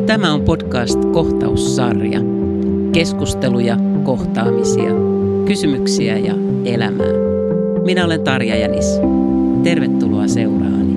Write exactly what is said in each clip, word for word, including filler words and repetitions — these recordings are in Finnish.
Tämä on podcast-kohtaussarja. Keskusteluja, kohtaamisia, kysymyksiä ja elämää. Minä olen Tarja Jänis. Tervetuloa seuraani.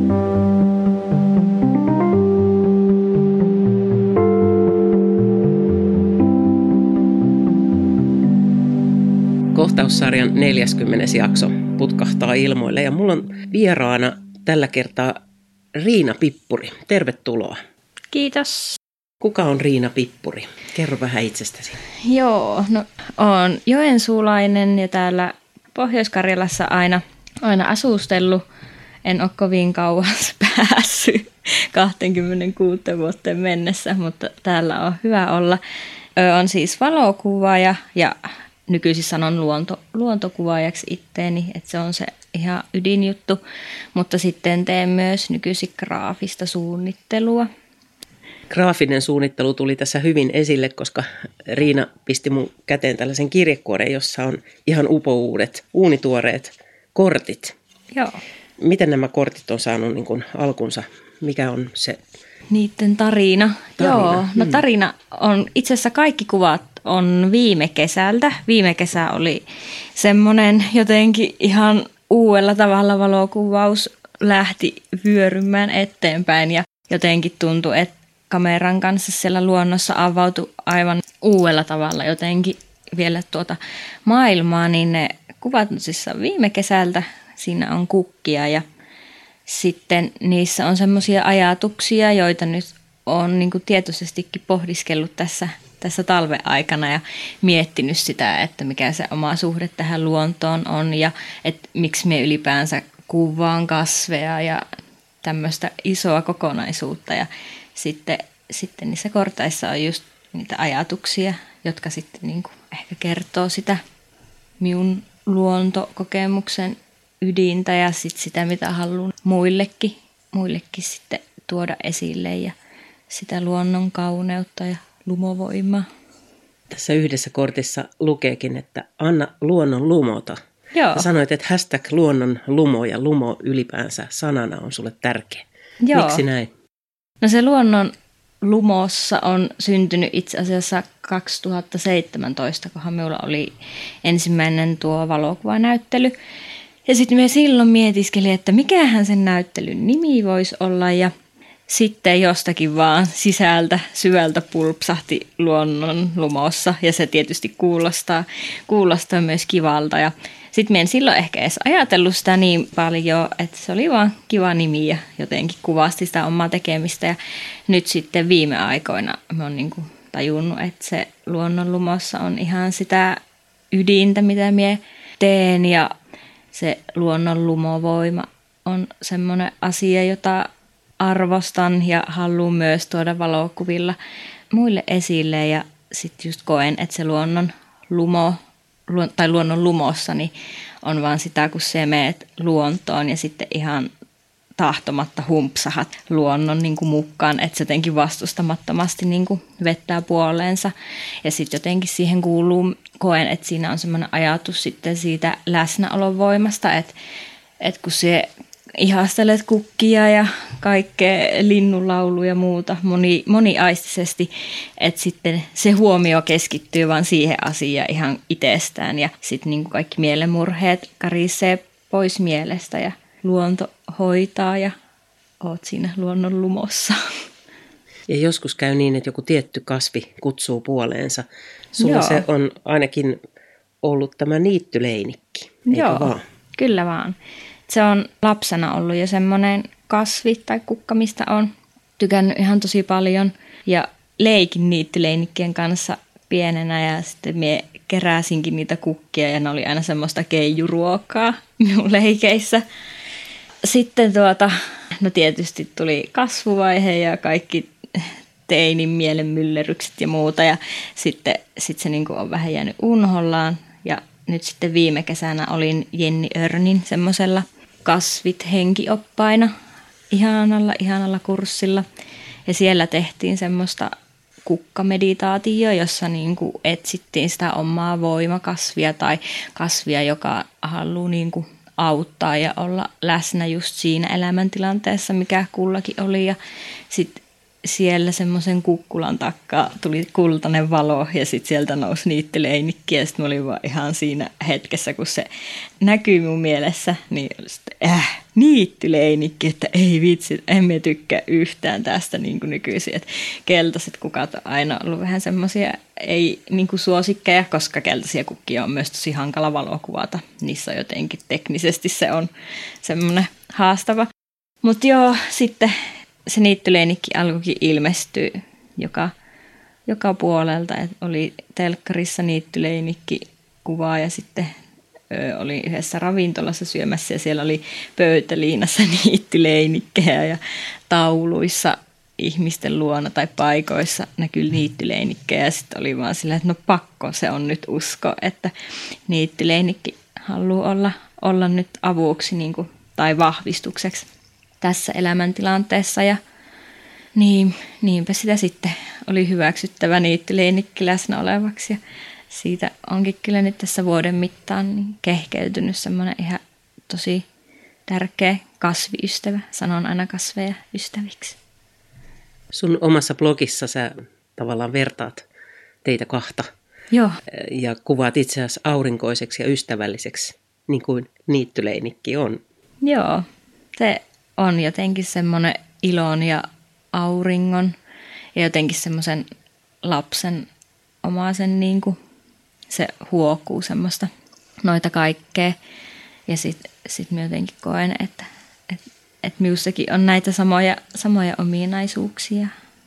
Kohtaussarjan neljäskymmenes jakso putkahtaa ilmoille ja mulla on vieraana tällä kertaa Riina Pippuri. Tervetuloa. Kiitos. Kuka on Riina Pippuri? Kerro vähän itsestäsi. Joo, no olen joensuulainen ja täällä Pohjois-Karjalassa aina, aina asustellut. En ole kovin kauas päässyt kaksikymmentäkuusi vuoteen mennessä, mutta täällä on hyvä olla. Olen siis valokuvaaja ja nykyisin sanon luonto, luontokuvaajaksi itteeni, että se on se ihan ydinjuttu. Mutta sitten teen myös nykyisin graafista suunnittelua. Graafinen suunnittelu tuli tässä hyvin esille, koska Riina pisti mun käteen tällaisen kirjekuoreen, jossa on ihan upouudet, uunituoreet kortit. Joo. Miten nämä kortit on saanut niin kuin alkunsa? Mikä on se? Niiden tarina. tarina. Joo, no tarina on, itse asiassa kaikki kuvat on viime kesältä. Viime kesä oli semmoinen jotenkin ihan uudella tavalla valokuvaus lähti vyörymään eteenpäin ja jotenkin tuntui, että kameran kanssa siellä luonnossa avautui aivan uudella tavalla jotenkin vielä tuota maailmaa, niin ne kuvat siis viime kesältä, siinä on kukkia ja sitten niissä on semmoisia ajatuksia, joita nyt on niin kuin tietoisestikin pohdiskellut tässä, tässä talven aikana ja miettinyt sitä, että mikä se oma suhde tähän luontoon on ja että miksi me ylipäänsä kuvaan kasveja ja tämmöistä isoa kokonaisuutta ja sitten, sitten niissä korteissa on just niitä ajatuksia, jotka sitten niin kuin ehkä kertoo sitä minun luontokokemuksen ydintä ja sit sitä, mitä haluan muillekin, muillekin sitten tuoda esille ja sitä luonnon kauneutta ja lumovoimaa. Tässä yhdessä kortissa lukeekin, että anna luonnon lumota. Joo. Ja sanoit, että hashtag luonnon lumo ja lumo ylipäänsä sanana on sulle tärkeä. Joo. Miksi näin? No se luonnon lumossa on syntynyt itse asiassa kaksituhattaseitsemäntoista, kunhan minulla oli ensimmäinen tuo valokuvanäyttely. Ja sitten minä silloin mietiskelin, että mikähän sen näyttelyn nimi voisi olla ja sitten jostakin vaan sisältä syvältä pulpsahti luonnon lumossa ja se tietysti kuulostaa, kuulostaa myös kivalta. Ja sitten minä en silloin ehkä edes ajatellut sitä niin paljon, että se oli vaan kiva nimi ja jotenkin kuvasti sitä omaa tekemistä. Ja nyt sitten viime aikoina minä olen niin kuin tajunnut, että se luonnon lumossa on ihan sitä ydintä, mitä minä teen ja se luonnon lumovoima on semmoinen asia, jota arvostan ja haluan myös tuoda valokuvilla muille esille. Ja sitten just koen, että se luonnon lumo tai luonnon lumossa niin on vaan sitä, kun se meet luontoon ja sitten ihan tahtomatta humpsahat luonnon niin kuin mukaan, että se jotenkin vastustamattomasti niin kuin vettää puoleensa. Ja sitten jotenkin siihen kuuluu, koen, että siinä on semmoinen ajatus sitten siitä läsnäolon voimasta, että, että kun se ihastelet kukkia ja kaikkea linnunlaulu ja muuta moni, moniaistisesti, että sitten se huomio keskittyy vaan siihen asiaan ihan itsestään ja sitten niin kuin kaikki mielenmurheet karisee pois mielestä ja luonto hoitaa ja oot siinä luonnon lumossa. Ja joskus käy niin, että joku tietty kasvi kutsuu puoleensa. Sulla Joo. se on ainakin ollut tämä niittyleinikki, eikö Joo, vaan? Kyllä vaan. Se on lapsena ollut jo semmoinen kasvi tai kukka, mistä on tykännyt ihan tosi paljon. Ja leikin niittyleinikkien kanssa pienenä ja sitten mie keräsinkin niitä kukkia ja ne oli aina semmoista keijuruokaa minun leikeissä. Sitten tuota, no tietysti tuli kasvuvaihe ja kaikki teinin mielenmyllerrykset ja muuta ja sitten sit se niin kuin on vähän jäänyt unhollaan ja nyt sitten viime kesänä olin Jenni Örnin semmoisella kasvit henkioppaina ihanalla, ihanalla kurssilla ja siellä tehtiin semmoista kukkameditaatio, jossa niin kuin etsittiin sitä omaa voimakasvia tai kasvia, joka haluaa niin kuin auttaa ja olla läsnä just siinä elämäntilanteessa, mikä kullakin oli. Ja sitten siellä semmoisen kukkulan takkaa tuli kultainen valo ja sitten sieltä nousi niittyleinikki ja sitten mä olin vaan ihan siinä hetkessä, kun se näkyi mun mielessä, niin oli sitten, äh, niittyleinikki, että ei vitsi, emme tykkää yhtään tästä niin kuin nykyisin, että keltaiset kukat on aina ollut vähän semmoisia ei niin kuin suosikkeja, koska keltaisia kukkia on myös tosi hankala valokuvata, niissä on jotenkin teknisesti se on semmoinen haastava. Mutta joo, sitten se niittyleinikki alkoikin ilmestyä joka, joka puolelta. Et oli telkkarissa niittyleinikki kuvaa ja sitten ö, oli yhdessä ravintolassa syömässä ja siellä oli pöytäliinassa niittyleinikkejä ja tauluissa ihmisten luona tai paikoissa näkyi niittyleinikkejä ja sitten oli vaan sillä, että no pakko se on nyt usko, että niittyleinikki haluaa olla, olla nyt avuksi niin kuin, tai vahvistukseksi tässä elämäntilanteessa ja niin, niinpä sitä sitten oli hyväksyttävä niittyleinikki läsnä olevaksi ja siitä onkin kyllä nyt tässä vuoden mittaan niin kehkeytynyt semmoinen ihan tosi tärkeä kasviystävä. Sanon aina kasveja ystäviksi. Sun omassa blogissa sä tavallaan vertaat teitä kahta. Joo. Ja kuvaat itse asiassa aurinkoiseksi ja ystävälliseksi, niin kuin niittyleinikki on. Joo, se on jotenkin semmoinen ilon ja auringon ja jotenkin semmoisen lapsen omaisen niin kuin se huokuu semmoista noita kaikkea. Ja sitten sit mä jotenkin koen, että et, et minussakin on näitä samoja, samoja ominaisuuksia.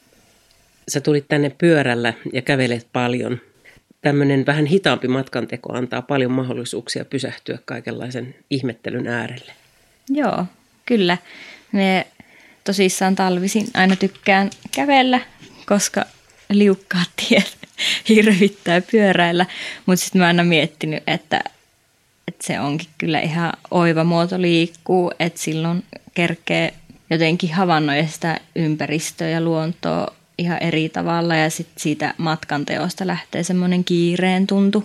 Sä tulit tänne pyörällä ja kävelet paljon. Tämmöinen vähän hitaampi matkanteko antaa paljon mahdollisuuksia pysähtyä kaikenlaisen ihmettelyn äärelle. Joo, kyllä. Me tosissaan talvisin aina tykkään kävellä, koska liukkaat tiet hirvittää pyöräillä. Mutta sitten mä oon aina miettinyt, että, että se onkin kyllä ihan oiva muoto liikkuu, että silloin kerkee jotenkin havainnoida sitä ympäristöä ja luontoa ihan eri tavalla. Ja sitten siitä matkanteosta lähtee semmoinen kiireen tuntu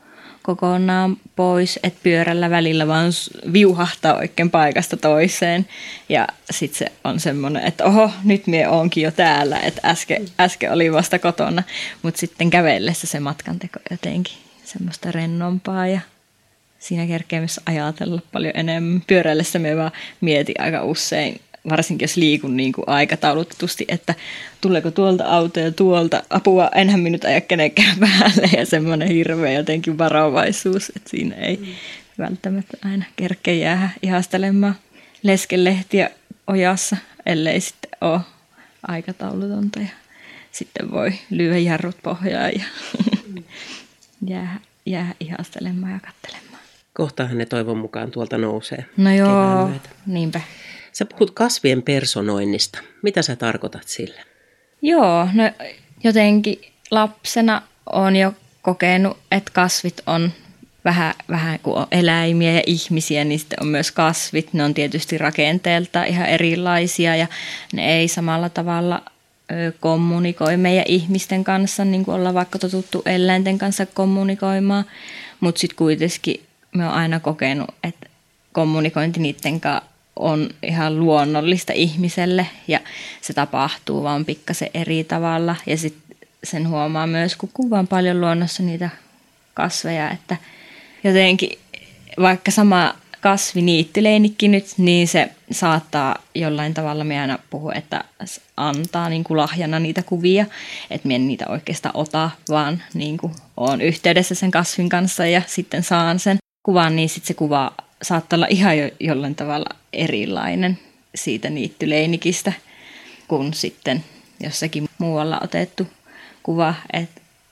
kokonaan pois, että pyörällä välillä vaan viuhahtaa oikein paikasta toiseen. Ja sitten se on semmoinen, että oho, nyt mie oonkin jo täällä, että äsken, äsken oli vasta kotona. Mutta sitten kävellessä se matkanteko jotenkin semmoista rennompaa ja siinä kerkee myös ajatella paljon enemmän. Pyöräillessä me vaan mietin aika usein, varsinkin jos liikun niin kuin aikataulutetusti, että tuleeko tuolta auto ja tuolta apua, enhän minä nyt aja kenenkään päälle ja semmoinen hirveä jotenkin varovaisuus, että siinä ei mm. välttämättä aina kerkeä jäädä ihastelemaan leskelehtiä ojassa, ellei sitten ole aikataulutonta ja sitten voi lyödä jarrut pohjaan ja mm. jäädä, jäädä ihastelemaan ja katselemaan. Kohtahan ne toivon mukaan tuolta nousee. No joo, niinpä. Sä puhut kasvien personoinnista. Mitä sä tarkoitat sillä? Joo, no jotenkin lapsena olen jo kokenut, että kasvit on vähän, vähän kuin on eläimiä ja ihmisiä, niin sitten on myös kasvit. Ne on tietysti rakenteelta ihan erilaisia ja ne ei samalla tavalla ö, kommunikoi meidän ihmisten kanssa, niin kuin ollaan vaikka totuttu eläinten kanssa kommunikoimaan. Mutta sitten kuitenkin me on aina kokenut, että kommunikointi niiden kanssa on ihan luonnollista ihmiselle ja se tapahtuu vaan pikkasen eri tavalla. Ja sitten sen huomaa myös, kun kuvaan paljon luonnossa niitä kasveja, että jotenkin vaikka sama kasvi niittyleinikki nyt, niin se saattaa jollain tavalla, me aina puhu, että antaa niin kuin lahjana niitä kuvia, että minä en niitä oikeastaan ota, vaan niin kuin olen yhteydessä sen kasvin kanssa ja sitten saan sen kuvan, niin sitten se kuva saattaa olla ihan jo, jollain tavalla erilainen siitä niittyleinikistä kuin sitten jossakin muualla otettu kuva. Et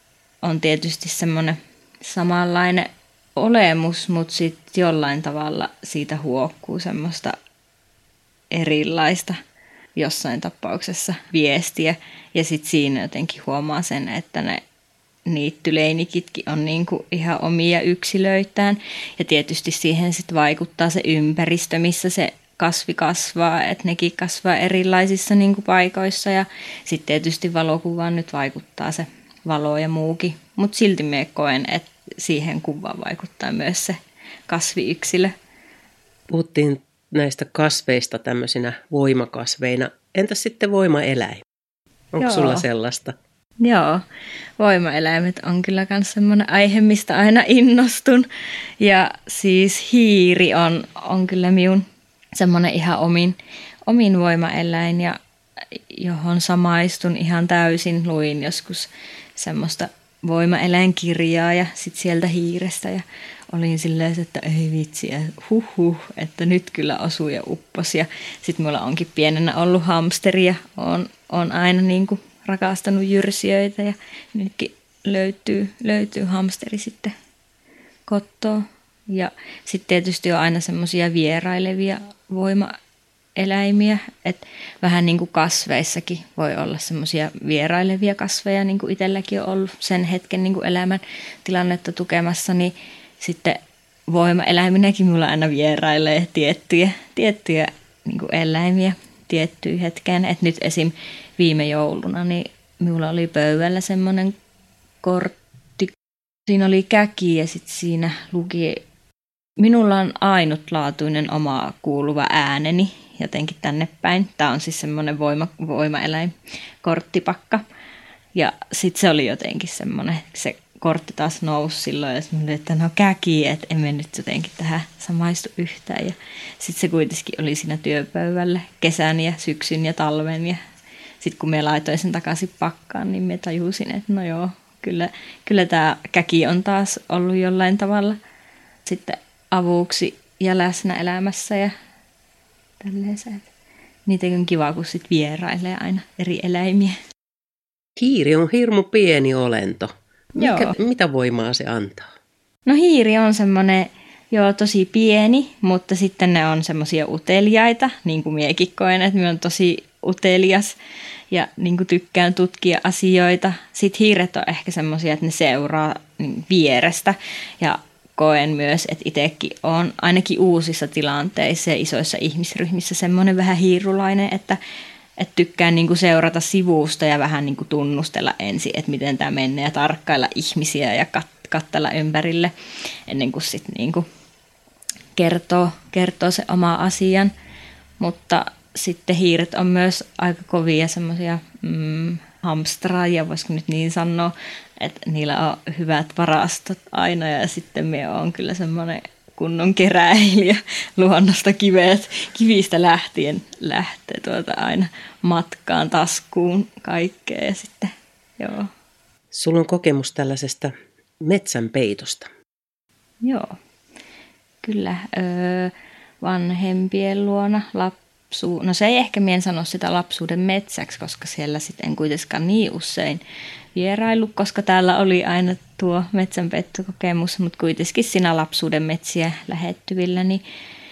on tietysti semmoinen samanlainen olemus, mutta sitten jollain tavalla siitä huokkuu semmoista erilaista jossain tapauksessa viestiä. Ja sitten siinä jotenkin huomaa sen, että ne niittyleinikitkin on niinku ihan omia yksilöitään. Ja tietysti siihen sitten vaikuttaa se ympäristö, missä se kasvi kasvaa, että nekin kasvaa erilaisissa niinku paikoissa. Ja sitten tietysti valokuvaan nyt vaikuttaa se valo ja muukin. Mutta silti minä koen, että siihen kuvaan vaikuttaa myös se kasviyksilö. Puhuttiin näistä kasveista tämmöisinä voimakasveina. Entäs sitten voimaeläin? Onko Joo. sulla sellaista? Joo, voimaeläimet on kyllä myös semmoinen aihe, mistä aina innostun. Ja siis hiiri on, on kyllä minun semmoinen ihan omin, omin voimaeläin, ja johon samaistun ihan täysin. Luin joskus semmoista voimaeläinkirjaa ja sitten sieltä hiirestä ja olin silleen, että ei vitsi, huh huh, että nyt kyllä osuu ja uppos. Ja sitten mulla onkin pienenä ollut hamsteri ja on, on aina niin kuin rakastanut jyrsijöitä ja nytkin löytyy, löytyy hamsteri sitten kotoa. Ja sitten tietysti on aina semmoisia vierailevia voimaeläimiä, että vähän niin kuin kasveissakin voi olla semmoisia vierailevia kasveja, niin kuin itselläkin on ollut sen hetken niin kuin elämän tilannetta tukemassa, niin sitten voimaeläiminäkin minulla aina vierailee tiettyjä, tiettyjä niin kuin eläimiä tiettyyn hetkeen. Et nyt esim. Viime jouluna niin minulla oli pöydällä semmoinen kortti. Siinä oli käki ja sitten siinä luki, minulla on ainutlaatuinen oma kuuluva ääneni jotenkin tänne päin. Tämä on siis semmoinen voima, voimaeläin korttipakka. Ja sitten se oli jotenkin semmoinen, se kortti taas nousi silloin ja sanoin, että no käki, että emme nyt jotenkin tähän samaistu yhtään. Ja sitten se kuitenkin oli siinä työpöydällä kesän ja syksyn ja talven. Ja sitten kun me laitoin sen takaisin pakkaan, niin me tajusin, että no joo, kyllä, kyllä tämä käki on taas ollut jollain tavalla sitten avuksi ja läsnä elämässä ja tälleen se. Niitä on kiva, kun sitten vierailee aina eri eläimiä. Hiiri on hirmu pieni olento. Mikä, Joo. mitä voimaa se antaa? No hiiri on semmoinen, joo, tosi pieni, mutta sitten ne on semmoisia uteliaita, niin kuin miekin koen, että minä olen tosi utelias ja niin kuin tykkään tutkia asioita. Sitten hiiret on ehkä semmoisia, että ne seuraa niin vierestä ja koen myös, että itsekin olen ainakin uusissa tilanteissa ja isoissa ihmisryhmissä semmoinen vähän hiirulainen, että että tykkään niinku seurata sivusta ja vähän niinku tunnustella ensin, että miten tämä menee ja tarkkailla ihmisiä ja kat- katsella ympärille ennen kuin sitten niinku kertoo, kertoo se oma asian. Mutta sitten hiiret on myös aika kovia semmoisia mm, hamstraajia, voisiko nyt niin sanoa, että niillä on hyvät varastot aina ja sitten me on kyllä semmoinen kunnon keräilijä luonnosta kivet, kivistä lähtien lähtee tuota aina matkaan, taskuun, kaikkea ja sitten joo. Sulla on kokemus tällaisesta metsänpeitosta. Joo, kyllä öö, vanhempien luona lapsu, no se ei ehkä mien sano sitä lapsuuden metsäksi, koska siellä sitten en kuitenkaan niin usein vierailu, koska täällä oli aina tuo metsänpeittokokemus, mutta kuitenkin siinä lapsuuden metsiä lähettyvillä, niin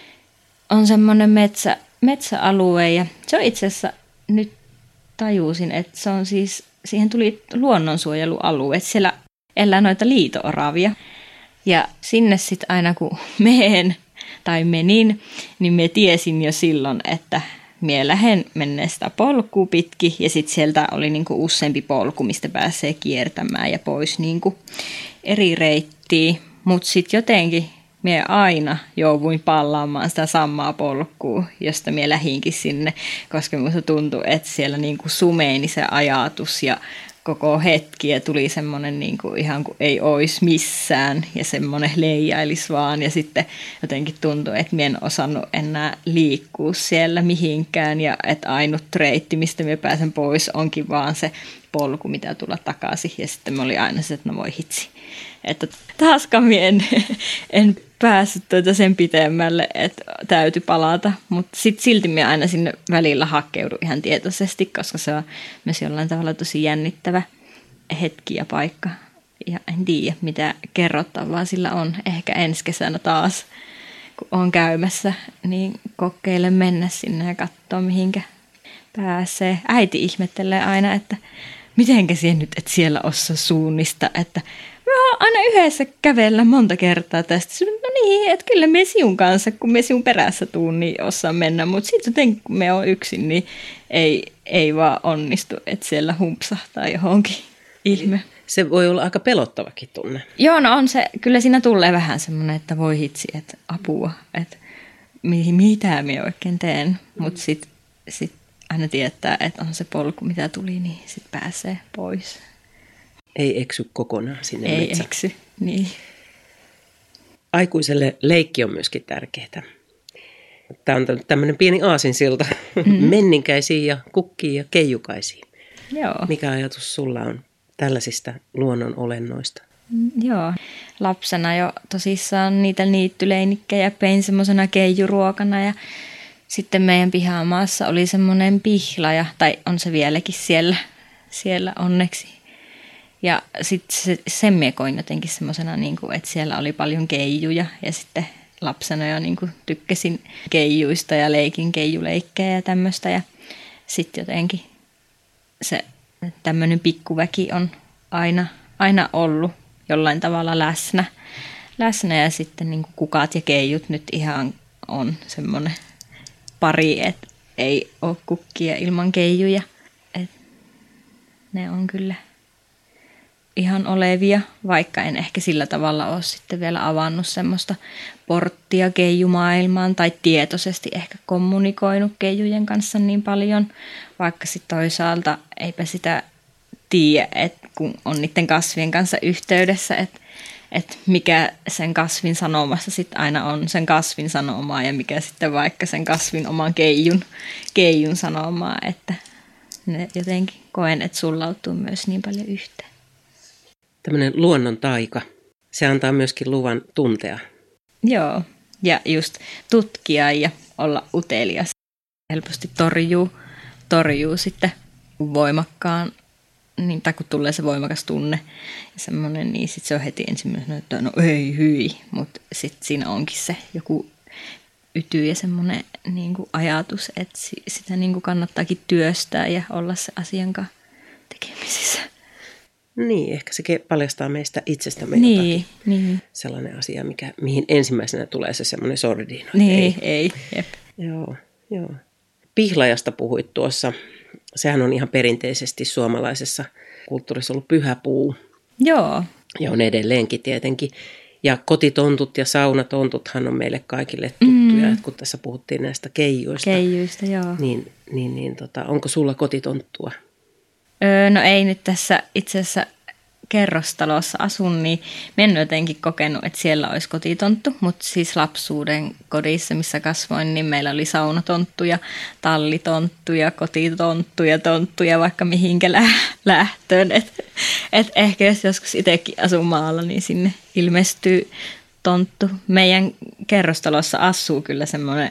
on semmoinen metsä, metsäalue ja se on itse asiassa, nyt tajusin, että se on siis, siihen tuli luonnonsuojelualue, että siellä elää noita liito-oravia ja sinne sitten aina kun menen tai menin, niin me tiesin jo silloin, että mie lähden mennä sitä polkua pitkin ja sitten sieltä oli niinku useampi polku, mistä pääsee kiertämään ja pois niinku eri reittiä. Mutta sitten jotenkin mie aina jouduin pallaamaan sitä samaa polkua, josta mie lähinkin sinne, koska minusta tuntui, että siellä niinku sumeeni se ajatus ja koko hetki ja tuli semmoinen niin kuin ihan kuin ei olisi missään ja semmoinen leijailisi vaan ja sitten jotenkin tuntui, että minä en osannut enää liikkua siellä mihinkään ja että ainut reitti, mistä minä pääsen pois onkin vaan se polku, mitä tulla takaisin ja sitten mä olin aina se, että no voi hitsi, että taaskaan minä en, en päässyt tuota sen pitemmälle, että täytyi palata, mutta sitten silti minä aina sinne välillä hakkeudun ihan tietoisesti, koska se on myös jollain tavalla tosi jännittävä hetki ja paikka. Ja en tiedä, mitä kerrottavaa sillä on. Ehkä ensi kesänä taas, kun olen käymässä, niin kokeilen mennä sinne ja katsoa, mihinkä pääsee. Äiti ihmettelee aina, että mitenkä siihen nyt, että siellä osaa suunnista, että me ollaan aina yhdessä kävellä monta kertaa tästä. No niin, että kyllä me sinun kanssa, kun me sinun perässä tuun, niin osaan mennä. Mutta sitten jotenkin, kun me on yksin, niin ei, ei vaan onnistu, että siellä humpsahtaa johonkin ihme. Se voi olla aika pelottavakin tunne. Joo, no on se. Kyllä siinä tulee vähän semmoinen, että voi hitsi, että apua, että mitä minä oikein teen. Mutta sitten sit aina tietää, että on se polku, mitä tuli, niin sitten pääsee pois. Ei eksy kokonaan sinne Ei metsään. eksy, niin. Aikuiselle leikki on myöskin tärkeää. Tämä on tämmöinen pieni aasinsilta mm-hmm. menninkäisiin ja kukkiin ja keijukaisiin. Joo. Mikä ajatus sulla on tällaisista luonnon olennoista? Joo. Lapsena jo tosissaan niitä niittyleinikkejä pein semmoisena keijuruokana ja sitten meidän pihamaassa oli semmoinen pihlaja, tai on se vieläkin siellä, siellä onneksi. Ja sitten se, sen mie koin jotenkin semmoisena, niin että siellä oli paljon keijuja ja sitten lapsena jo niin kuin tykkäsin keijuista ja leikin keijuleikkejä ja tämmöistä. Ja sitten jotenkin se tämmöinen pikkuväki on aina, aina ollut jollain tavalla läsnä. läsnä ja sitten niin kuin kukat ja keijut nyt ihan on semmoinen pari, että ei ole kukkia ilman keijuja. Et ne on kyllä ihan olevia, vaikka en ehkä sillä tavalla ole sitten vielä avannut semmoista porttia keijumaailmaan tai tietoisesti ehkä kommunikoinut keijujen kanssa niin paljon, vaikka sitten toisaalta eipä sitä tiedä, että kun on niiden kasvien kanssa yhteydessä, että, että mikä sen kasvin sanomassa sitten aina on sen kasvin sanomaa ja mikä sitten vaikka sen kasvin oman keijun, keijun sanomaa, että ne jotenkin koen, että sulautuu myös niin paljon yhteen. Tämmöinen luonnon taika, se antaa myöskin luvan tuntea. Joo, ja just tutkia ja olla utelias. Helposti torjuu, torjuu sitten voimakkaan, niin, tai kun tulee se voimakas tunne ja semmoinen, niin sitten se on heti ensimmäisenä, että no ei hyi, mutta sitten siinä onkin se joku yty ja semmoinen niin kuin ajatus, että sitä niin kuin kannattaakin työstää ja olla se asian kanssa tekemisissä. Niin, ehkä se paljastaa meistä itsestämme niin, jotakin. Niin. Sellainen asia, mikä, mihin ensimmäisenä tulee se semmoinen sordino. Niin, ei. ei jep. Joo, joo. Pihlajasta puhuit tuossa. Sehän on ihan perinteisesti suomalaisessa kulttuurissa ollut pyhä puu. Joo. Ja on edelleenkin tietenkin. Ja kotitontut ja saunatontuthan on meille kaikille tuttuja. Mm. Kun tässä puhuttiin näistä keijuista. Keijuista, joo. Niin, niin, niin tota, onko sulla kotitonttua? Öö, no ei nyt tässä itse asiassa kerrostalossa asun, niin mä en jotenkin kokenut, että siellä olisi kotitonttu, mutta siis lapsuuden kodissa, missä kasvoin, niin meillä oli saunatonttu ja tallitonttu ja kotitonttu ja tonttu ja vaikka mihinkä lähtöön. Et, et ehkä jos joskus itsekin asun maalla, niin sinne ilmestyy tonttu. Meidän kerrostalossa asuu kyllä semmoinen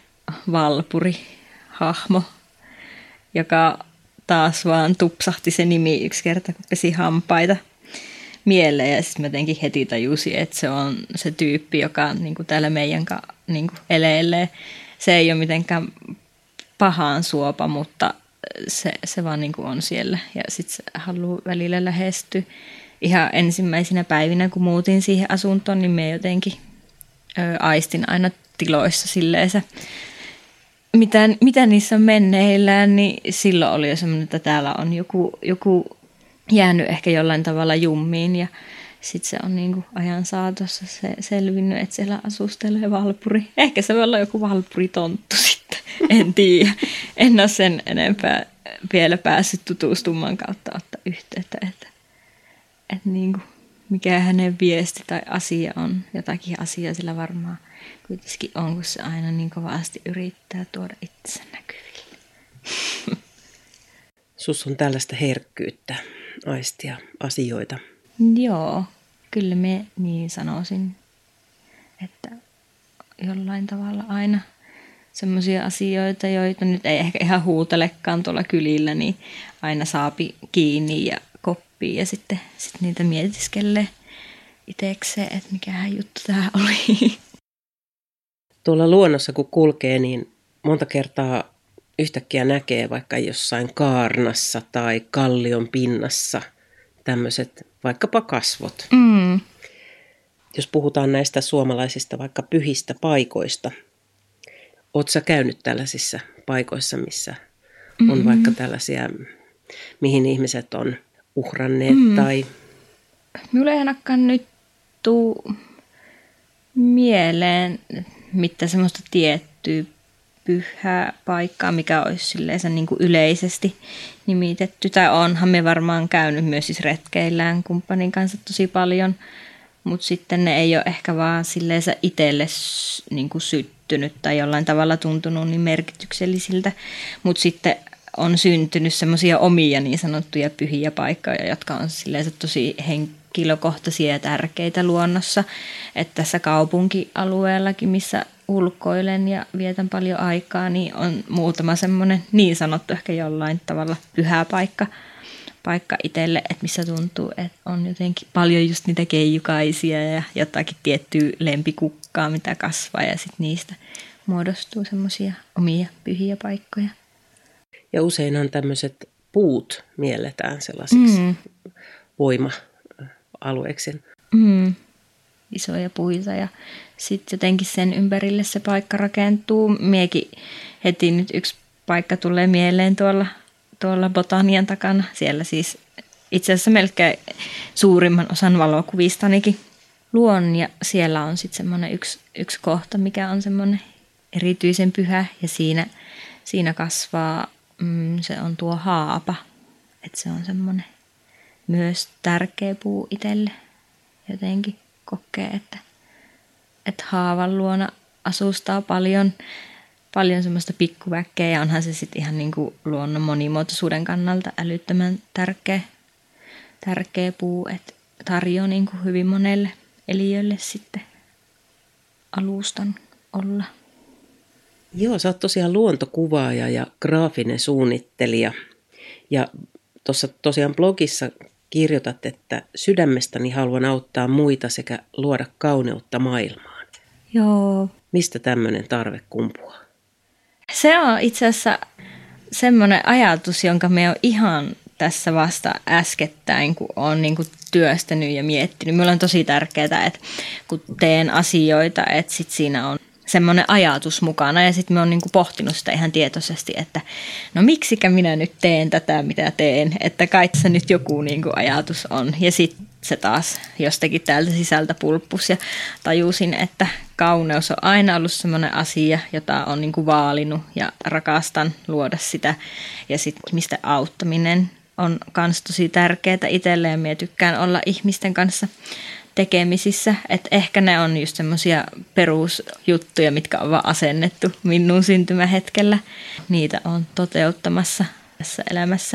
valpurihahmo, joka taas vaan tupsahti se nimi yksi kerta, kun pesi hampaita mieleen. Ja sitten mä jotenkin heti tajusin, että se on se tyyppi, joka niin kuin täällä meidän kanssa niin kuin eleilee. Se ei ole mitenkään pahaan suopa, mutta se, se vaan niin kuin on siellä. Ja sitten se haluaa välillä lähestyä. Ihan ensimmäisinä päivinä, kun muutin siihen asuntoon, niin me jotenkin ö, aistin aina tiloissa silleen se, Mitä, mitä niissä on menneillään, niin silloin oli jo semmoinen, että täällä on joku, joku jäänyt ehkä jollain tavalla jummiin ja sitten se on niin kuin ajan saatossa se selvinnyt, että siellä asustelee valpuri. Ehkä se voi olla joku valpuritonttu sitten, en tiedä. En ole sen enempää vielä päässyt tutustumaan kautta ottaa yhteyttä, että, että niin kuin mikä hänen viesti tai asia on, jotakin asiaa sillä varmaan kuitenkin on, kun se aina niin kovasti yrittää tuoda itsensä näkyville. Sus on tällaista herkkyyttä aistia asioita. Joo, kyllä me niin sanoisin, että jollain tavalla aina semmoisia asioita, joita nyt ei ehkä ihan huutelekaan tuolla kylillä, niin aina saapi kiinni ja koppii ja sitten sit niitä mietiskelee itsekseen, että mikähän juttu tämä oli. Tuolla luonnossa kun kulkee, niin monta kertaa yhtäkkiä näkee vaikka jossain kaarnassa tai kallion pinnassa tämmöiset vaikkapa kasvot. Mm. Jos puhutaan näistä suomalaisista vaikka pyhistä paikoista, ootko sä käynyt tällaisissa paikoissa, missä on mm-hmm. vaikka tällaisia, mihin ihmiset on uhranneet mm. tai... Minulle ei ainakaan nyt tuu mieleen, mitä semmoista tiettyä pyhää paikkaa, mikä olisi silleensä niin kuin yleisesti nimitetty. Tai onhan me varmaan käynyt myös siis retkeillään kumppanin kanssa tosi paljon, mutta sitten ne ei ole ehkä vaan silleensä itselle niin kuin syttynyt tai jollain tavalla tuntunut niin merkityksellisiltä, mutta sitten on syntynyt semmoisia omia niin sanottuja pyhiä paikkoja, jotka on silleensä tosi henkilökohtaisia ja tärkeitä luonnossa. Että tässä kaupunkialueellakin, missä ulkoilen ja vietän paljon aikaa, niin on muutama semmoinen niin sanottu ehkä jollain tavalla pyhä paikka, paikka itselle, että missä tuntuu, että on jotenkin paljon just niitä keijukaisia ja jotakin tiettyä lempikukkaa, mitä kasvaa ja sitten niistä muodostuu semmoisia omia pyhiä paikkoja. Ja useinhan tämmöiset puut mielletään sellaisiksi mm. voima-alueeksi. Mm. Isoja puita ja sitten jotenkin sen ympärille se paikka rakentuu. Miekin heti nyt yksi paikka tulee mieleen tuolla, tuolla Botanian takana. Siellä siis itse asiassa melkein suurimman osan valokuvistanikin luon ja siellä on sitten semmoinen yksi, yksi kohta, mikä on semmoinen erityisen pyhä ja siinä, siinä kasvaa, mm, se on tuo haapa. Että se on semmoinen myös tärkeä puu itselle jotenkin. Kokee, että, että haavan luona asustaa paljon, paljon semmoista pikkuväkkeä ja onhan se sitten ihan niin kuin luonnon monimuotoisuuden kannalta älyttömän tärkeä, tärkeä puu, että tarjoaa niin kuin hyvin monelle eliölle sitten alustan olla. Joo, sä oot tosiaan luontokuvaaja ja graafinen suunnittelija ja tuossa tosiaan blogissa kirjoitat, että sydämestäni haluan auttaa muita sekä luoda kauneutta maailmaan. Joo. Mistä tämmöinen tarve kumpuaa? Se on itse asiassa semmoinen ajatus, jonka me on ihan tässä vasta äskettäin, kun olen niin kuin työstänyt ja miettinyt. Minulla on tosi tärkeää, että kun teen asioita, että sit siinä on semmoinen ajatus mukana ja sitten me on niinku pohtinut sitä ihan tietoisesti, että no miksikä minä nyt teen tätä, mitä teen, että kai se nyt joku niinku ajatus on. Ja sitten se taas jostakin täältä sisältä pulppus ja tajusin, että kauneus on aina ollut semmoinen asia, jota on niinku vaalinut ja rakastan luoda sitä. Ja sitten mistä auttaminen on myös tosi tärkeää itselle ja minä tykkään olla ihmisten kanssa tekemisissä, että ehkä ne on just semmoisia perusjuttuja, mitkä on vaan asennettu minun syntymähetkellä. Niitä on toteuttamassa tässä elämässä.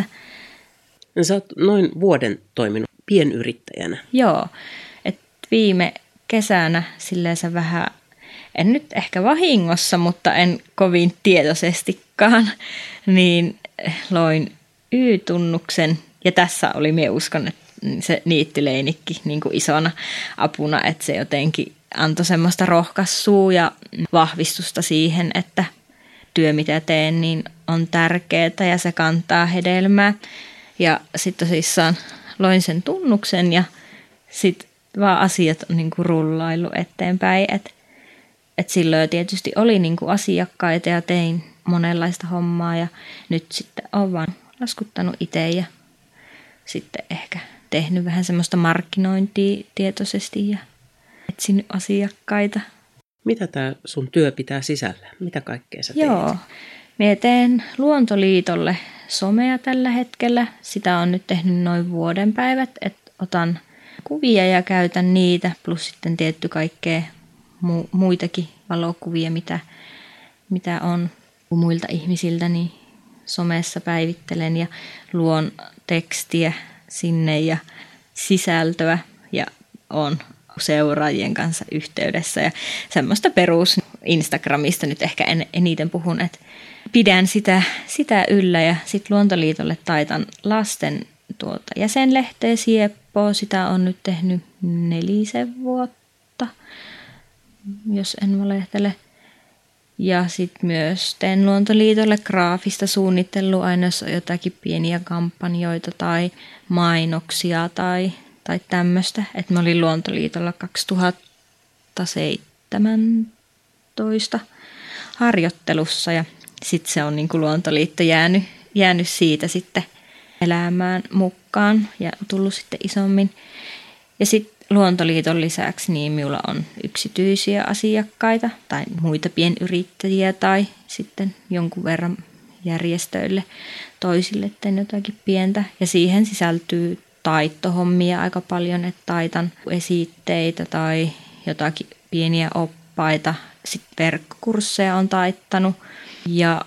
No, sä oot noin vuoden toiminut pienyrittäjänä. Joo, että viime kesänä silleensä vähän, en nyt ehkä vahingossa, mutta en kovin tietoisestikaan, niin loin Y-tunnuksen ja tässä oli, minä uskon, että se niittyleinikki niin kuin isona apuna, että se jotenkin antoi semmoista rohkaisua ja vahvistusta siihen, että työ mitä teen niin on tärkeää ja se kantaa hedelmää. Ja sitten tosissaan loin sen tunnuksen ja sitten vaan asiat on niin kuin rullailu eteenpäin. Että et silloin jo tietysti oli niin kuin asiakkaita ja tein monenlaista hommaa ja nyt sitten olen vaan laskuttanut itse ja sitten ehkä tehnyt vähän semmoista markkinointia tietoisesti ja etsinyt asiakkaita. Mitä tämä sun työ pitää sisällä? Mitä kaikkea sä teet? Joo, minä teen Luontoliitolle somea tällä hetkellä. Sitä on nyt tehnyt noin vuoden päivät, että otan kuvia ja käytän niitä, plus sitten tietty kaikkea mu- muitakin valokuvia, mitä, mitä on muilta ihmisiltä, niin somessa päivittelen ja luon tekstiä sinne ja sisältöä ja on seuraajien kanssa yhteydessä ja semmoista perus Instagramista nyt ehkä en, eniten puhun, että pidän sitä, sitä yllä ja sitten Luontoliitolle taitan lasten tuota jäsenlehteä Sieppoa, sitä on nyt tehnyt nelisen vuotta, jos en valehtele. Ja sitten myös teen Luontoliitolle graafista suunnittelua aina, jos on jotakin pieniä kampanjoita tai mainoksia tai, tai tämmöistä. Että mä olin Luontoliitolla kaksituhattaseitsemäntoista harjoittelussa ja sitten se on niin kuin Luontoliitto jäänyt, jäänyt siitä sitten elämään mukaan ja tullut sitten isommin. Ja sitten Luontoliiton lisäksi niin minulla on yksityisiä asiakkaita tai muita pienyrittäjiä tai sitten jonkun verran järjestöille toisille teen jotakin pientä. Ja siihen sisältyy taittohommia aika paljon, että taitan esitteitä tai jotakin pieniä oppaita. Sitten verkkokursseja on taittanut ja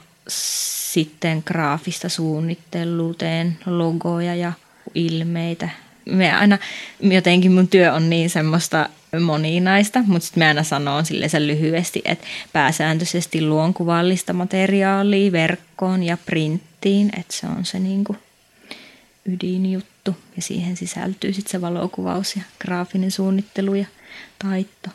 sitten graafista suunnittelua, teen logoja ja ilmeitä. Me aina, jotenkin mun työ on niin semmoista moninaista, mutta sitten mä aina sanon silleen lyhyesti, että pääsääntöisesti luon kuvallista materiaalia verkkoon ja printtiin, että se on se niinku ydinjuttu ja siihen sisältyy sitten se valokuvaus ja graafinen suunnittelu ja taitto.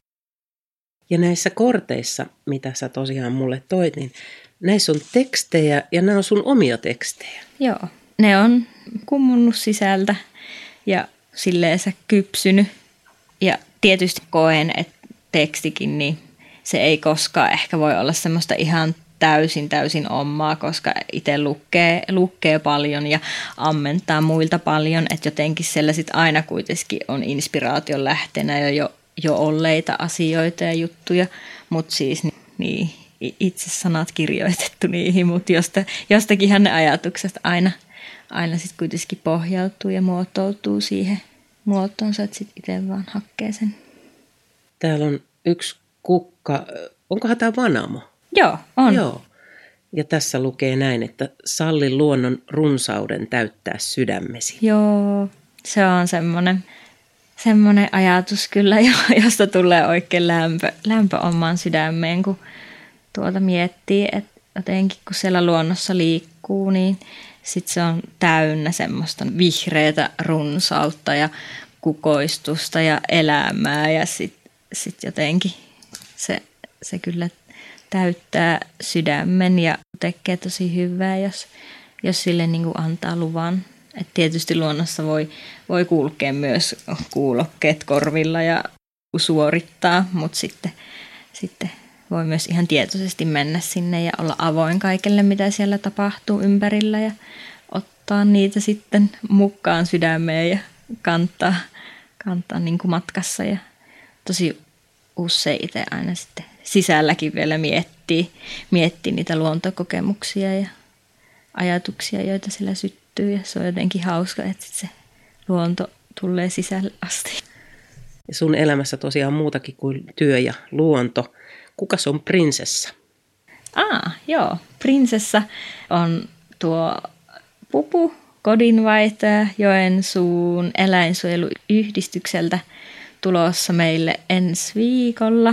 Ja näissä korteissa, mitä sä tosiaan mulle toit, niin näissä on tekstejä ja nämä on sun omia tekstejä. Joo, ne on kummunnut sisältä ja silleensä kypsynyt. Ja tietysti koen, että tekstikin, niin se ei koskaan ehkä voi olla semmoista ihan täysin täysin omaa, koska itse lukee, lukee paljon ja ammentaa muilta paljon, että jotenkin siellä sit aina kuitenkin on inspiraation lähteenä jo, jo, jo olleita asioita ja juttuja, mutta siis niin, itse sanat kirjoitettu niihin, mutta josta, jostakinhan ne ajatukset aina, aina sitten kuitenkin pohjautuu ja muotoutuu siihen muotoonsa, että sitten itse vaan hakkee sen. Täällä on yksi kukka, onkohan tämä Vanamo? Joo, on. Joo. Ja tässä lukee näin, että salli luonnon runsauden täyttää sydämesi. Joo, se on semmoinen, semmoinen ajatus kyllä, josta tulee oikein lämpö, lämpö omaan sydämeen, kun tuota miettii, että jotenkin kun siellä luonnossa liikkuu, niin sitten se on täynnä semmoista vihreätä runsautta ja kukoistusta ja elämää ja sitten sit jotenkin se, se kyllä täyttää sydämen ja tekee tosi hyvää, jos, jos sille niin kuin antaa luvan. Et tietysti luonnossa voi, voi kulkea myös kuulokkeet korvilla ja suorittaa, mutta sitten, sitten voi myös ihan tietoisesti mennä sinne ja olla avoin kaikelle, mitä siellä tapahtuu ympärillä ja ottaa niitä sitten mukaan sydämeen ja kantaa, kantaa niin kuin matkassa. Ja tosi usein itse aina sitten sisälläkin vielä miettii, miettii niitä luontokokemuksia ja ajatuksia, joita siellä syttyy. Ja se on jotenkin hauska, että se luonto tulee sisälle asti. Ja sun elämässä tosiaan muutakin kuin työ ja luonto. Kukas on prinsessa? Aa, joo. Prinsessa on tuo Pupu, kodinvaihtaja Joensuun eläinsuojeluyhdistykseltä tulossa meille ensi viikolla.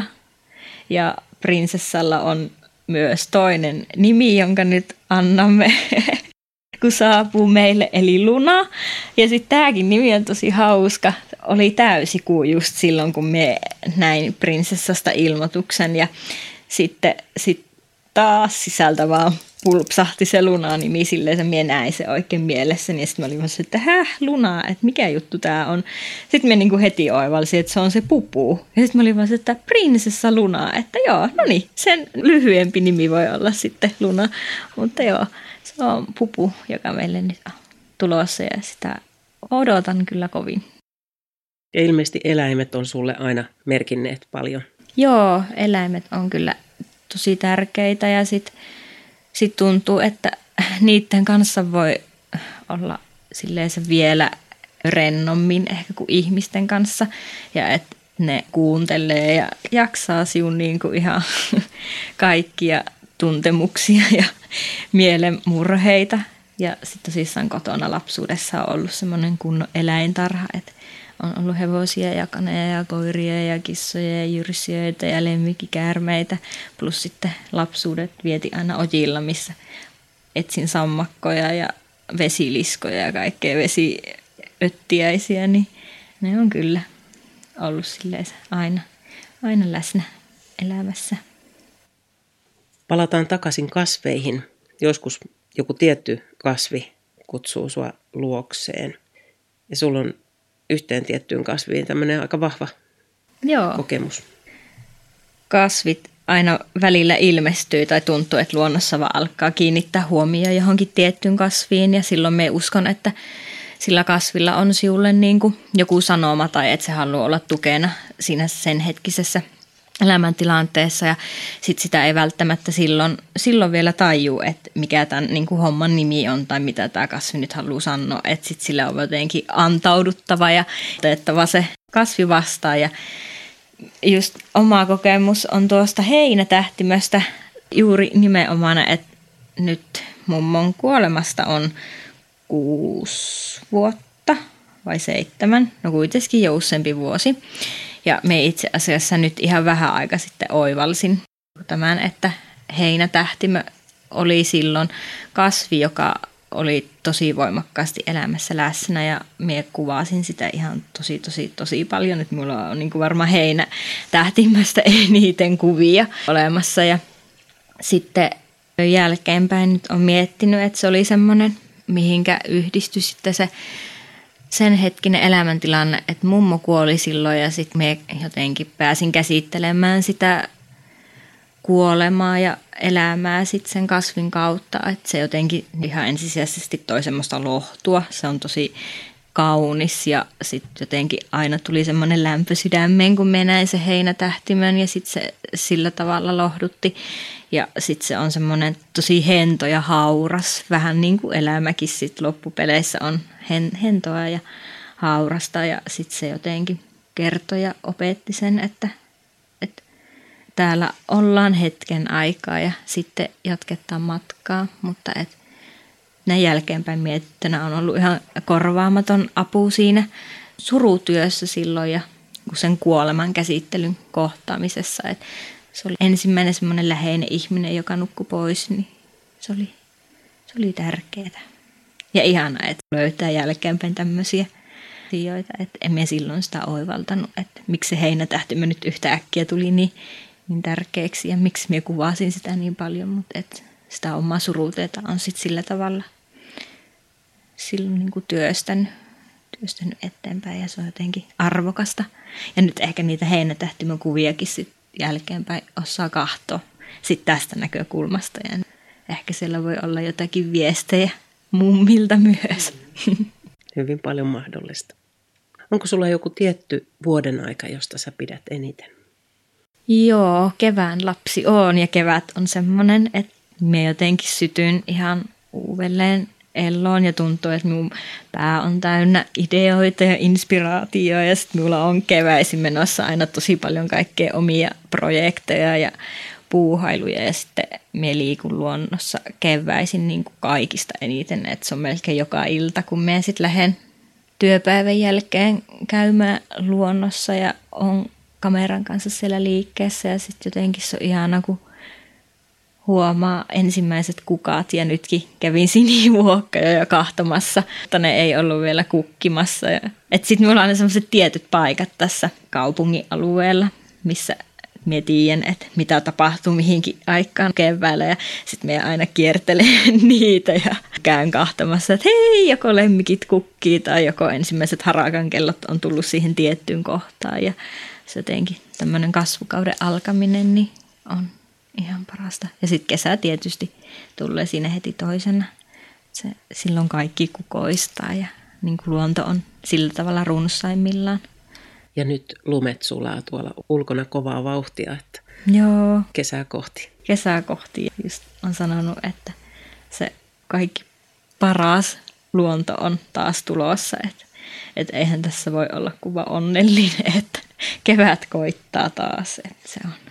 Ja prinsessalla on myös toinen nimi, jonka nyt annamme, kun saapuu meille, eli Luna. Ja sitten tämäkin nimi on tosi hauska. Oli täysikuu just silloin, kun me näin prinsessasta ilmoituksen. Ja sitten sit taas sisältä vaan pulpsahti se Luna-nimi silleen, että minä näin se oikein mielessäni. Ja sitten mä olin vaan että häh, Luna, että mikä juttu tämä on. Sitten minä niinku heti oivalsin, että se on se Pupu. Ja sitten mä olin vaan että prinsessa Luna, että joo, no niin, sen lyhyempi nimi voi olla sitten Luna. Mutta joo, se on Pupu, joka meille nyt on tulossa ja sitä odotan kyllä kovin. Ja ilmeisesti eläimet on sulle aina merkinneet paljon. Joo, eläimet on kyllä tosi tärkeitä ja sitten sit tuntuu, että niiden kanssa voi olla silleen se vielä rennommin ehkä kuin ihmisten kanssa ja että ne kuuntelee ja jaksaa sinun niin kuin ihan kaikkia tuntemuksia ja mielenmurheita. Ja sitten tosissaan kotona lapsuudessa on ollut semmoinen kunnon eläintarha, että on ollut hevosia ja kaneja ja koiria ja kissoja ja jyrsijöitä ja lemmikkikäärmeitä. Plus sitten lapsuudet vieti aina ojilla, missä etsin sammakkoja ja vesiliskoja ja kaikkea vesiöttiäisiä. Niin ne on kyllä ollut silleen aina, aina läsnä elämässä. Palataan takaisin kasveihin. Joskus joku tietty kasvi kutsuu sua luokseen. Ja sulla on yhteen tiettyyn kasviin tämmöinen aika vahva Joo. kokemus. Kasvit aina välillä ilmestyy tai tuntuu, että luonnossa vaan alkaa kiinnittää huomioon johonkin tiettyyn kasviin. Ja silloin me uskon, että sillä kasvilla on sinulle niin kuin joku sanoma tai että se haluaa olla tukena siinä sen hetkisessä elämäntilanteessa ja sitten sitä ei välttämättä silloin, silloin vielä tajuu, että mikä tämän niin kuin homman nimi on tai mitä tämä kasvi nyt haluaa sanoa, että sitten sillä on jotenkin antauduttava ja otettava se kasvi vastaan ja just oma kokemus on tuosta heinätähtimästä juuri nimenomaan, että nyt mummon kuolemasta on kuusi vuotta vai seitsemän, no kuitenkin jo useampi vuosi. Ja me itse asiassa nyt ihan vähän aika sitten oivalsin tämän, että heinätähtimä oli silloin kasvi, joka oli tosi voimakkaasti elämässä läsnä ja minä kuvasin sitä ihan tosi, tosi, tosi paljon. Nyt minulla on niin kuin varmaan heinätähtimästä eniten kuvia olemassa ja sitten jälkeenpäin nyt on miettinyt, että se oli semmoinen, mihinkä yhdistyi sitten se sen hetkinen elämäntilanne, että mummo kuoli silloin ja sitten me jotenkin pääsin käsittelemään sitä kuolemaa ja elämää sitten sen kasvin kautta, että se jotenkin ihan ensisijaisesti toi semmoista lohtua, se on tosi kaunis ja sitten jotenkin aina tuli semmoinen lämpö sydämeen, kun me näin se heinätähtimön ja sitten se sillä tavalla lohdutti. Ja sitten se on semmoinen tosi hento ja hauras, vähän niin kuin elämäkin sitten loppupeleissä on hentoa ja haurasta. Ja sitten se jotenkin kertoi ja opetti sen, että, että täällä ollaan hetken aikaa ja sitten jatketaan matkaa, mutta että näin jälkeenpäin mietittynä on ollut ihan korvaamaton apu siinä surutyössä silloin ja sen kuoleman käsittelyn kohtaamisessa. Et se oli ensimmäinen semmoinen läheinen ihminen, joka nukkui pois, niin se oli, se oli tärkeää. Ja ihanaa, että löytää jälkeenpäin tämmöisiä asioita, että en minä silloin sitä oivaltanut, että miksi se heinätähtimä nyt yhtäkkiä tuli niin, niin tärkeäksi ja miksi minä kuvasin sitä niin paljon, mutta että sitä omaa suruuteita on sitten sillä tavalla silloin niin kuin työstänyt, työstänyt eteenpäin ja se on jotenkin arvokasta. Ja nyt ehkä niitä heinätähtimän kuviakin sitten jälkeenpäin osaa katsoa sitten tästä näkökulmasta ja ehkä siellä voi olla jotakin viestejä mummilta myös. Hyvin paljon mahdollista. Onko sulla joku tietty vuoden aika, josta sä pidät eniten? Joo, kevään lapsi on ja kevät on semmoinen, että minä jotenkin sytyn ihan uudelleen elloon ja tuntuu, että minun pää on täynnä ideoita ja inspiraatioa ja sitten minulla on keväisin menossa aina tosi paljon kaikkea omia projekteja ja puuhailuja ja sitten minä liikun luonnossa keväisin niin kuin kaikista eniten, että se on melkein joka ilta, kun minä sitten lähden työpäivän jälkeen käymään luonnossa ja on kameran kanssa siellä liikkeessä ja sitten jotenkin se on ihana, kun huomaa ensimmäiset kukat ja nytkin kävin sinivuokkoja jo kahtomassa, mutta ne ei ollut vielä kukkimassa. Sitten minulla on ne sellaiset tietyt paikat tässä kaupungin alueella, missä minä tiedän, että mitä tapahtuu mihinkin aikaan keväällä ja sitten minä aina kiertelen niitä ja käyn kahtamassa, että hei, joko lemmikit kukkii tai joko ensimmäiset harakan kellot on tullut siihen tiettyyn kohtaan ja se jotenkin tämmöinen kasvukauden alkaminen niin on ihan parasta. Ja sitten kesä tietysti tulee siinä heti toisena. Se, silloin kaikki kukoistaa ja niin kuin luonto on sillä tavalla runsaimmillaan. Ja nyt lumet sulaa tuolla ulkona kovaa vauhtia, että joo, kesää kohti. Kesää kohti. Just on sanonut, että se kaikki paras luonto on taas tulossa. Että et eihän tässä voi olla kuva onnellinen, että kevät koittaa taas. Että se on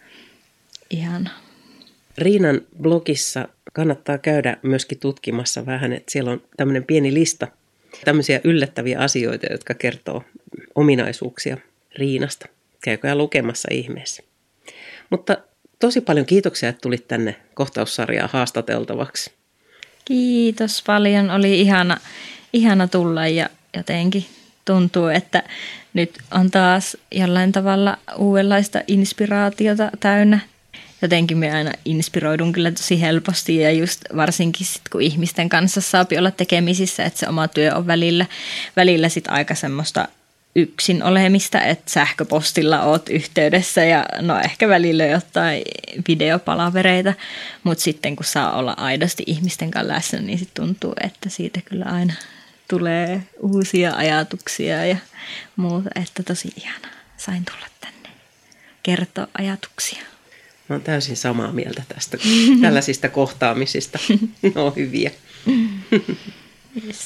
ihana. Riinan blogissa kannattaa käydä myöskin tutkimassa vähän, että siellä on tämmöinen pieni lista tämmöisiä yllättäviä asioita, jotka kertoo ominaisuuksia Riinasta. Käykää lukemassa ihmeessä. Mutta tosi paljon kiitoksia, että tulit tänne kohtaussarjaa haastateltavaksi. Kiitos paljon. Oli ihana, ihana tulla ja jotenkin tuntuu, että nyt on taas jollain tavalla uudenlaista inspiraatiota täynnä. Jotenkin me aina inspiroidun kyllä tosi helposti ja just varsinkin sit, kun ihmisten kanssa saa olla tekemisissä, että se oma työ on välillä, välillä sit aika semmoista yksin olemista, että sähköpostilla oot yhteydessä ja no ehkä välillä jotain videopalavereita, mutta sitten kun saa olla aidosti ihmisten kanssa läsnä, niin sit tuntuu, että siitä kyllä aina tulee uusia ajatuksia ja muuta, että tosi ihana. Sain tulla tänne kertoa ajatuksia. Mä oon täysin samaa mieltä tästä tällaisista kohtaamisista. Ne on hyviä. Yes.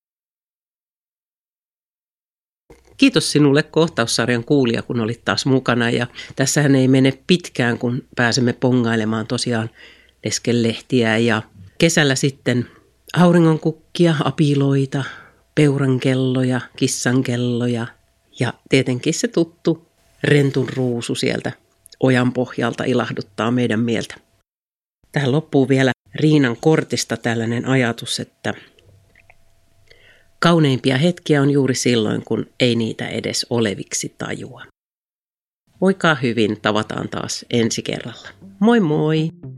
Kiitos sinulle kohtaussarjan kuulija, kun olit taas mukana. Ja tässähän ei mene pitkään, kun pääsemme pongailemaan tosiaan leskelehtiä ja kesällä sitten auringonkukkia, apiloita, peurankelloja, kissankelloja ja tietenkin se tuttu rentun ruusu sieltä ojan pohjalta ilahduttaa meidän mieltä. Tähän loppuu vielä Riinan kortista tällainen ajatus, että kauneimpia hetkiä on juuri silloin, kun ei niitä edes oleviksi tajua. Voikaa hyvin, tavataan taas ensi kerralla. Moi moi!